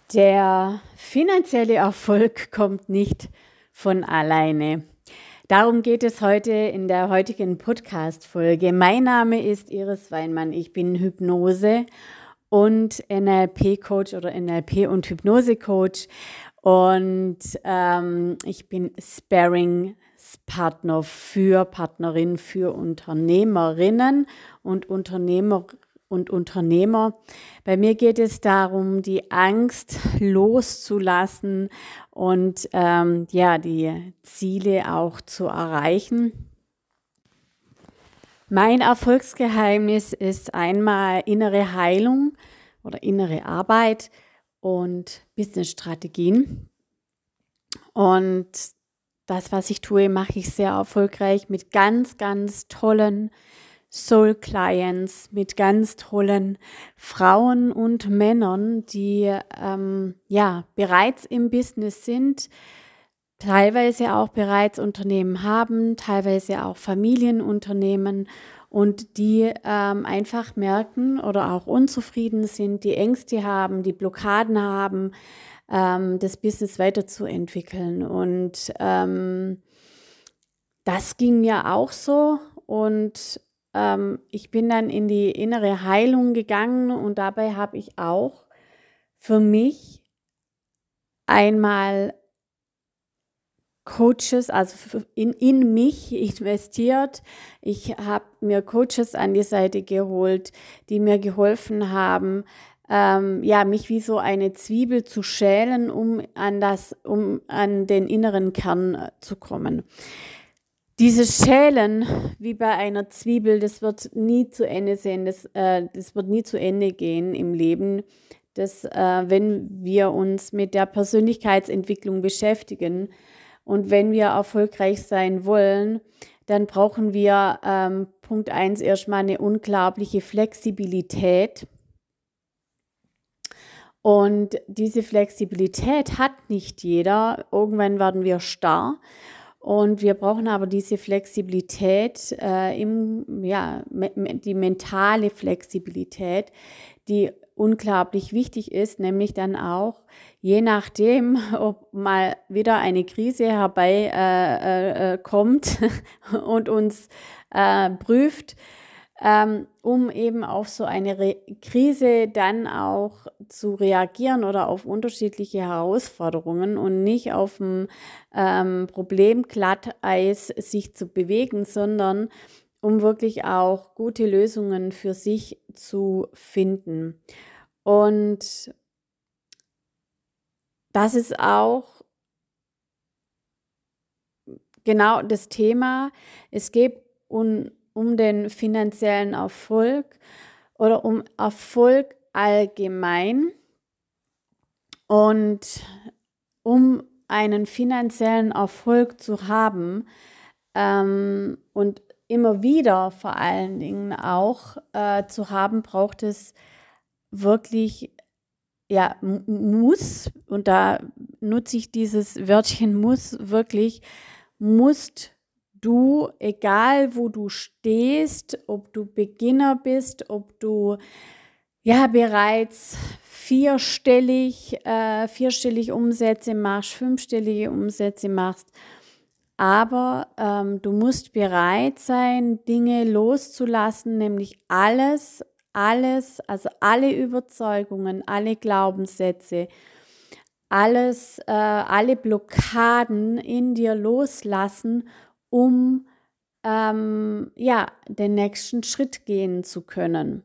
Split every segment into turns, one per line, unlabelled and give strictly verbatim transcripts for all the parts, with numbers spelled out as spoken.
Der finanzielle Erfolg kommt nicht von alleine. Darum geht es heute in der heutigen Podcast-Folge. Mein Name ist Iris Weinmann. Ich bin Hypnose- und N L P-Coach oder N L P- und Hypnose-Coach. Und ähm, ich bin Sparring-Partner für Partnerinnen, für Unternehmerinnen und Unternehmer und Unternehmer. Bei mir geht es darum, die Angst loszulassen und ähm, ja, die Ziele auch zu erreichen. Mein Erfolgsgeheimnis ist einmal innere Heilung oder innere Arbeit und Businessstrategien. Und das, was ich tue, mache ich sehr erfolgreich mit ganz, ganz tollen Soul Clients, mit ganz tollen Frauen und Männern, die ähm, ja bereits im Business sind, teilweise auch bereits Unternehmen haben, teilweise auch Familienunternehmen und die ähm, einfach merken oder auch unzufrieden sind, die Ängste haben, die Blockaden haben, ähm, das Business weiterzuentwickeln. Und ähm, das ging mir auch so und ähm, ich bin dann in die innere Heilung gegangen und dabei habe ich auch für mich einmal Coaches, also in, in mich investiert. Ich habe mir Coaches an die Seite geholt, die mir geholfen haben, ähm, ja, mich wie so eine Zwiebel zu schälen, um an das, um an den inneren Kern äh, zu kommen. Dieses Schälen, wie bei einer Zwiebel, das wird nie zu Ende sehen, das, äh, das wird nie zu Ende gehen im Leben. Das, äh, wenn wir uns mit der Persönlichkeitsentwicklung beschäftigen und wenn wir erfolgreich sein wollen, dann brauchen wir ähm, Punkt eins erstmal eine unglaubliche Flexibilität. Und diese Flexibilität hat nicht jeder. Irgendwann werden wir starr. Und wir brauchen aber diese Flexibilität, äh, im, ja, me, die mentale Flexibilität, die unglaublich wichtig ist, nämlich dann auch, je nachdem, ob mal wieder eine Krise herbei äh, äh, kommt und uns äh, prüft, ähm, um eben auf so eine Re- Krise dann auch zu reagieren oder auf unterschiedliche Herausforderungen und nicht auf dem ähm, Problemglatteis sich zu bewegen, sondern um wirklich auch gute Lösungen für sich zu finden. Und das ist auch genau das Thema. Es geht um, um den finanziellen Erfolg oder um Erfolg allgemein. Und um einen finanziellen Erfolg zu haben ähm, und immer wieder vor allen Dingen auch äh, zu haben, braucht es wirklich, ja, m- muss, und da nutze ich dieses Wörtchen muss wirklich, musst du, egal wo du stehst, ob du Beginner bist, ob du ja bereits vierstellig, äh, vierstellig Umsätze machst, fünfstellige Umsätze machst, aber ähm, du musst bereit sein, Dinge loszulassen, nämlich alles, alles, also alle Überzeugungen, alle Glaubenssätze, alles, äh, alle Blockaden in dir loslassen, um ähm, ja, den nächsten Schritt gehen zu können.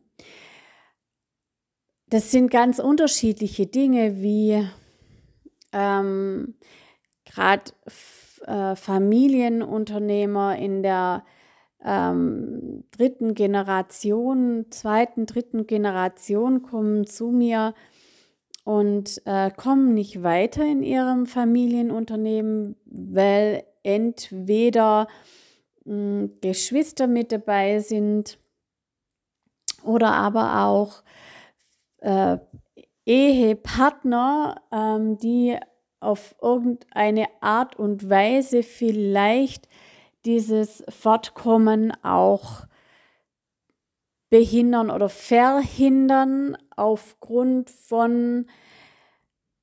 Das sind ganz unterschiedliche Dinge, wie ähm, gerade äh, Familienunternehmer in der ähm, dritten Generation, zweiten, dritten Generation kommen zu mir und äh, kommen nicht weiter in ihrem Familienunternehmen, weil entweder mh, Geschwister mit dabei sind oder aber auch äh, Ehepartner, ähm, die auf irgendeine Art und Weise vielleicht dieses Fortkommen auch behindern oder verhindern aufgrund von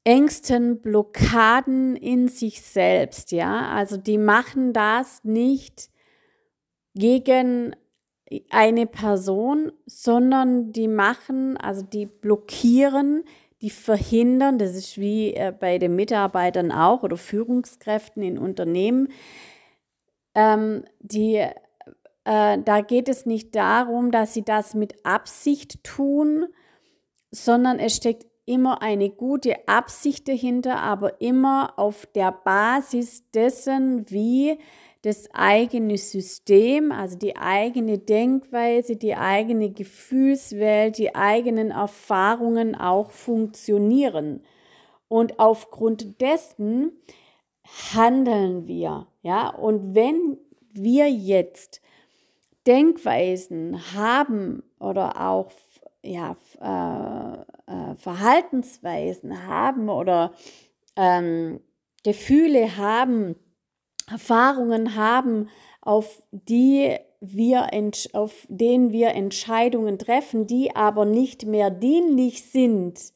Ängsten, Blockaden in sich selbst, ja. Also die machen das nicht gegen eine Person, sondern die machen, also die blockieren, die verhindern, das ist wie äh, bei den Mitarbeitern auch oder Führungskräften in Unternehmen, ähm, die, äh, da geht es nicht darum, dass sie das mit Absicht tun, sondern es steckt immer eine gute Absicht dahinter, aber immer auf der Basis dessen, wie das eigene System, also die eigene Denkweise, die eigene Gefühlswelt, die eigenen Erfahrungen auch funktionieren. Und aufgrund dessen handeln wir, ja. Und wenn wir jetzt Denkweisen haben oder auch ja, äh, äh, Verhaltensweisen haben oder ähm, Gefühle haben, Erfahrungen haben, auf die wir auf denen wir Entscheidungen treffen, die aber nicht mehr dienlich sind,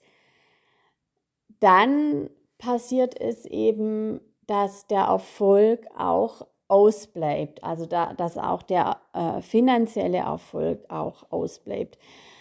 dann passiert es eben, dass der Erfolg auch ausbleibt, also da, dass auch der äh, finanzielle Erfolg auch ausbleibt.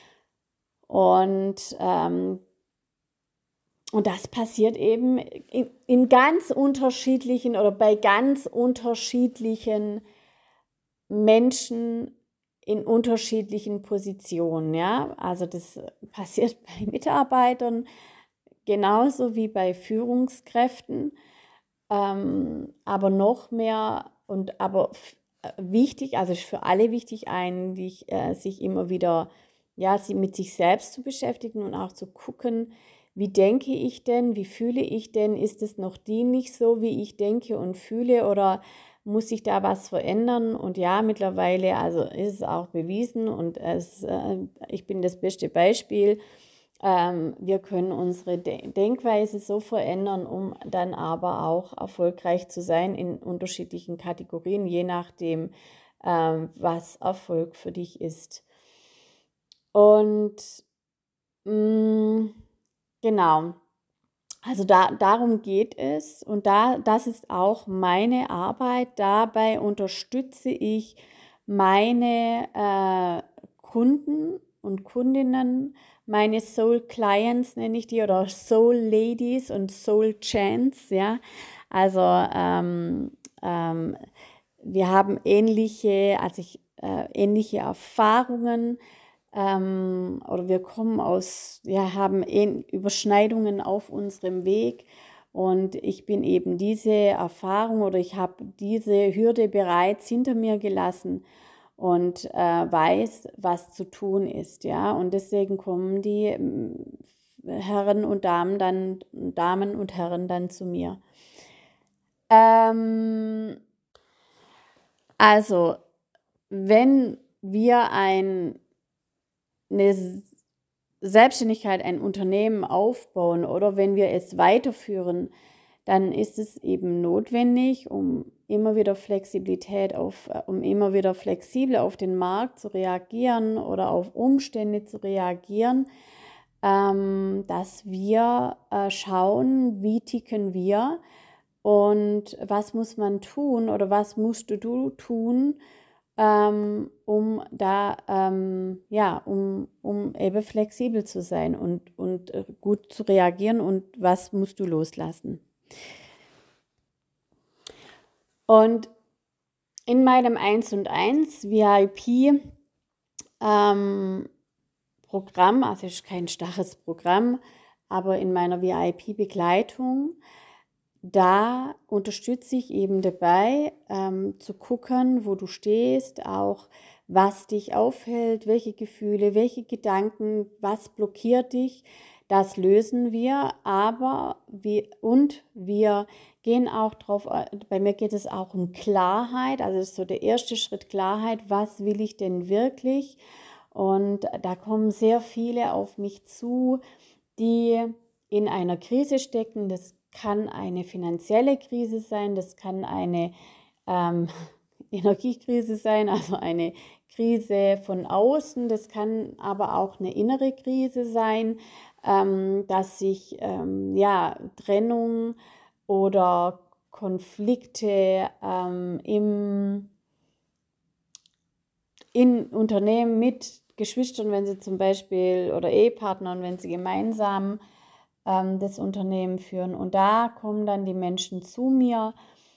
Und, ähm, und das passiert eben in, in ganz unterschiedlichen oder bei ganz unterschiedlichen Menschen in unterschiedlichen Positionen. Ja? Also das passiert bei Mitarbeitern genauso wie bei Führungskräften, ähm, aber noch mehr und aber wichtig, also ist für alle wichtig eigentlich, äh, sich immer wieder ja, sie mit sich selbst zu beschäftigen und auch zu gucken, wie denke ich denn, wie fühle ich denn, ist es noch dienlich so, wie ich denke und fühle oder muss sich da was verändern? Und ja, mittlerweile, also ist es auch bewiesen und es, äh, ich bin das beste Beispiel. Ähm, wir können unsere De- Denkweise so verändern, um dann aber auch erfolgreich zu sein in unterschiedlichen Kategorien, je nachdem, ähm, was Erfolg für dich ist. Und mh, genau, also da, darum geht es und da, das ist auch meine Arbeit. Dabei unterstütze ich meine äh, Kunden und Kundinnen, meine Soul Clients nenne ich die oder Soul Ladies und Soul Chants, ja. Also ähm, ähm, wir haben ähnliche, also ich, äh, ähnliche Erfahrungen ähm, oder wir kommen aus, ja, haben ähn- Überschneidungen auf unserem Weg und ich bin eben diese Erfahrung oder ich habe diese Hürde bereits hinter mir gelassen und äh, weiß, was zu tun ist, ja, und deswegen kommen die ähm, Herren und Damen dann, Damen und Herren dann zu mir. Ähm, also, wenn wir ein, eine Selbstständigkeit, ein Unternehmen aufbauen oder wenn wir es weiterführen, dann ist es eben notwendig, um immer wieder Flexibilität auf, um immer wieder flexibel auf den Markt zu reagieren oder auf Umstände zu reagieren, ähm, dass wir äh, schauen, wie ticken wir und was muss man tun oder was musst du tun, ähm, um da, ähm, ja, um, um eben flexibel zu sein und, und äh, gut zu reagieren und was musst du loslassen. Und in meinem eins und eins V I P ähm, Programm, also es ist kein starres Programm, aber in meiner V I P-Begleitung, da unterstütze ich eben dabei, ähm, zu gucken, wo du stehst, auch was dich aufhält, welche Gefühle, welche Gedanken, was blockiert dich. Das lösen wir, aber wir, und wir gehen auch drauf, bei mir geht es auch um Klarheit, also das ist so der erste Schritt, Klarheit, was will ich denn wirklich? Und da kommen sehr viele auf mich zu, die in einer Krise stecken. Das kann eine finanzielle Krise sein, das kann eine ähm, Energiekrise sein, also eine Krise von außen, das kann aber auch eine innere Krise sein, ähm, dass sich ähm, ja, Trennung oder Konflikte ähm, im in Unternehmen mit Geschwistern, wenn sie zum Beispiel, oder Ehepartnern, wenn sie gemeinsam ähm, das Unternehmen führen. Und da kommen dann die Menschen zu mir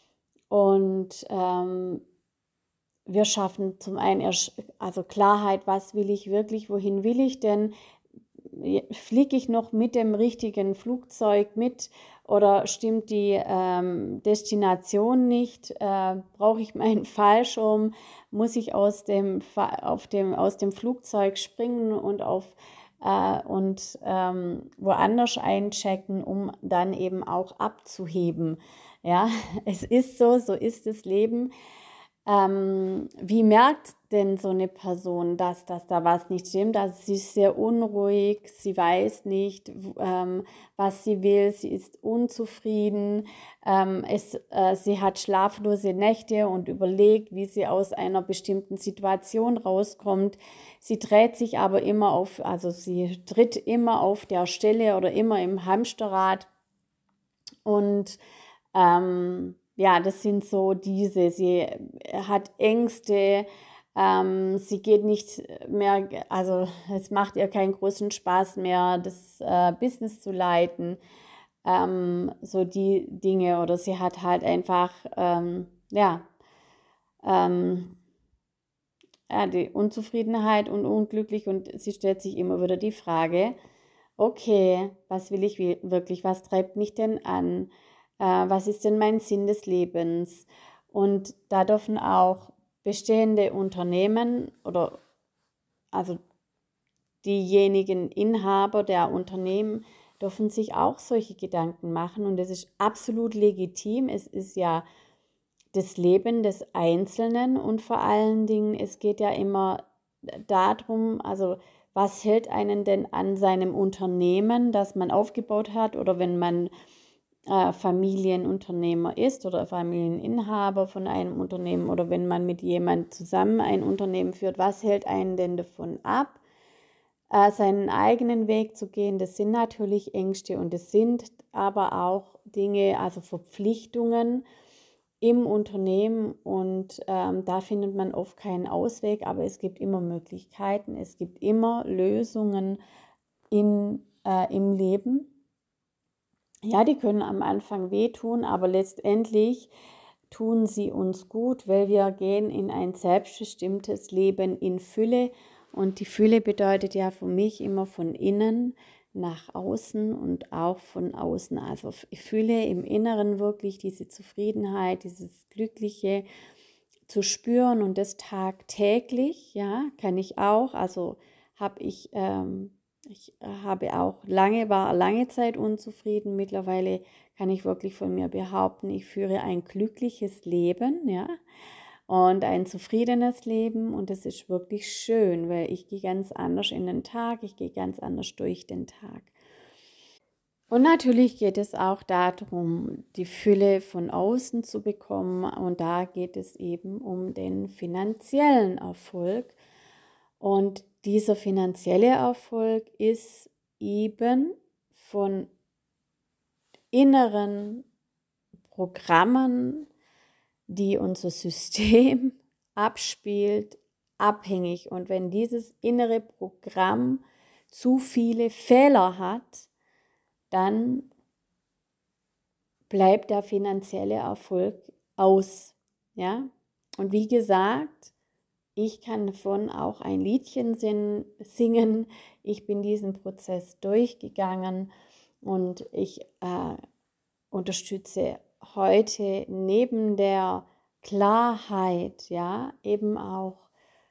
und ähm, wir schaffen zum einen erst, also Klarheit, was will ich wirklich, wohin will ich denn? Fliege ich noch mit dem richtigen Flugzeug mit oder stimmt die ähm, Destination nicht? Äh, brauche ich meinen Fallschirm? Muss ich aus dem, auf dem, aus dem Flugzeug springen und, auf, äh, und ähm, woanders einchecken, um dann eben auch abzuheben? Ja, es ist so, so ist das Leben. Ähm, wie merkt denn so eine Person, dass, dass da was nicht stimmt? Also sie ist sehr unruhig, sie weiß nicht, ähm, was sie will, sie ist unzufrieden, ähm, es, äh, sie hat schlaflose Nächte und überlegt, wie sie aus einer bestimmten Situation rauskommt. Sie dreht sich aber immer auf, also sie tritt immer auf der Stelle oder immer im Hamsterrad und ähm, ja, das sind so diese, sie hat Ängste, ähm, sie geht nicht mehr, also es macht ihr keinen großen Spaß mehr, das äh, Business zu leiten, ähm, so die Dinge, oder sie hat halt einfach, ähm, ja, ähm, ja, die Unzufriedenheit und unglücklich, und sie stellt sich immer wieder die Frage, okay, was will ich wirklich, was treibt mich denn an? Äh, was ist denn mein Sinn des Lebens? Und da dürfen auch bestehende Unternehmen oder also diejenigen Inhaber der Unternehmen dürfen sich auch solche Gedanken machen, und das ist absolut legitim. Es ist ja das Leben des Einzelnen, und vor allen Dingen, es geht ja immer darum, also was hält einen denn an seinem Unternehmen, das man aufgebaut hat, oder wenn man äh, Familienunternehmer ist oder Familieninhaber von einem Unternehmen, oder wenn man mit jemand zusammen ein Unternehmen führt, was hält einen denn davon ab, äh, seinen eigenen Weg zu gehen? Das sind natürlich Ängste, und es sind aber auch Dinge, also Verpflichtungen im Unternehmen, und ähm, da findet man oft keinen Ausweg, aber es gibt immer Möglichkeiten, es gibt immer Lösungen in, äh, im Leben. Ja, die können am Anfang wehtun, aber letztendlich tun sie uns gut, weil wir gehen in ein selbstbestimmtes Leben in Fülle, und die Fülle bedeutet ja für mich immer von innen nach außen und auch von außen. Also ich fühle im Inneren wirklich diese Zufriedenheit, dieses Glückliche zu spüren, und das tagtäglich, ja, kann ich auch. Also habe ich, ähm, ich habe auch lange, war lange Zeit unzufrieden. Mittlerweile kann ich wirklich von mir behaupten, ich führe ein glückliches Leben, ja, und ein zufriedenes Leben, und das ist wirklich schön, weil ich gehe ganz anders in den Tag, ich gehe ganz anders durch den Tag. Und natürlich geht es auch darum, die Fülle von außen zu bekommen, und da geht es eben um den finanziellen Erfolg. Und dieser finanzielle Erfolg ist eben von inneren Programmen, die unser System abspielt, abhängig. Und wenn dieses innere Programm zu viele Fehler hat, dann bleibt der finanzielle Erfolg aus. Ja? Und wie gesagt, ich kann davon auch ein Liedchen singen. Ich bin diesen Prozess durchgegangen, und ich äh, unterstütze heute neben der Klarheit, ja, eben auch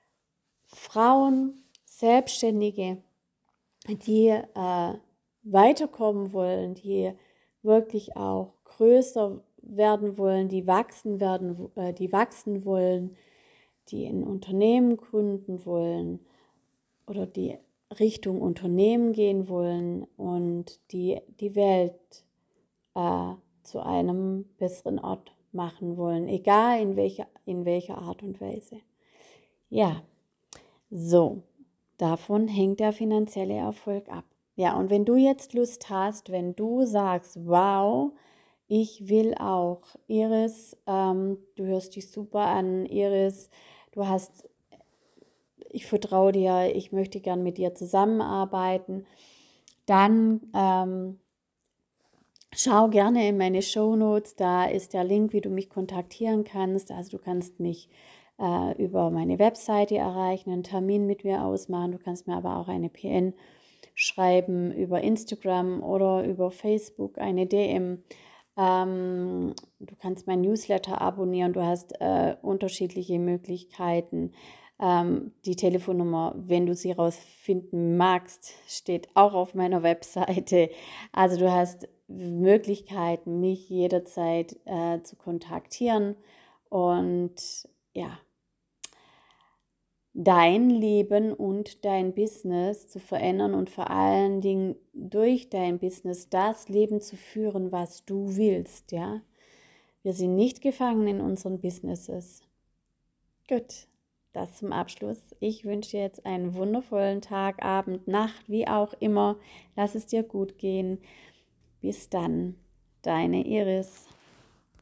Frauen, Selbstständige, die äh, weiterkommen wollen, die wirklich auch größer werden wollen, die wachsen werden, äh, die wachsen wollen, die ein Unternehmen gründen wollen oder die Richtung Unternehmen gehen wollen und die die Welt äh, zu einem besseren Ort machen wollen, egal in welcher, in welcher Art und Weise. Ja, so, davon hängt der finanzielle Erfolg ab. Ja, und wenn du jetzt Lust hast, wenn du sagst, wow, ich will auch, Iris, ähm, du hörst dich super an, Iris, du hast, ich vertraue dir, ich möchte gern mit dir zusammenarbeiten, dann ähm, schau gerne in meine Shownotes, da ist der Link, wie du mich kontaktieren kannst. Also du kannst mich äh, über meine Webseite erreichen, einen Termin mit mir ausmachen, du kannst mir aber auch eine P N schreiben über Instagram oder über Facebook, eine D M. Ähm, du kannst mein Newsletter abonnieren, du hast äh, unterschiedliche Möglichkeiten. Ähm, die Telefonnummer, wenn du sie rausfinden magst, steht auch auf meiner Webseite. Also du hast Möglichkeiten, mich jederzeit äh, zu kontaktieren und ja, dein Leben und dein Business zu verändern und vor allen Dingen durch dein Business das Leben zu führen, was du willst, ja. Wir sind nicht gefangen in unseren Businesses. Gut, das zum Abschluss. Ich wünsche dir jetzt einen wundervollen Tag, Abend, Nacht, wie auch immer. Lass es dir gut gehen. Bis dann, deine Iris.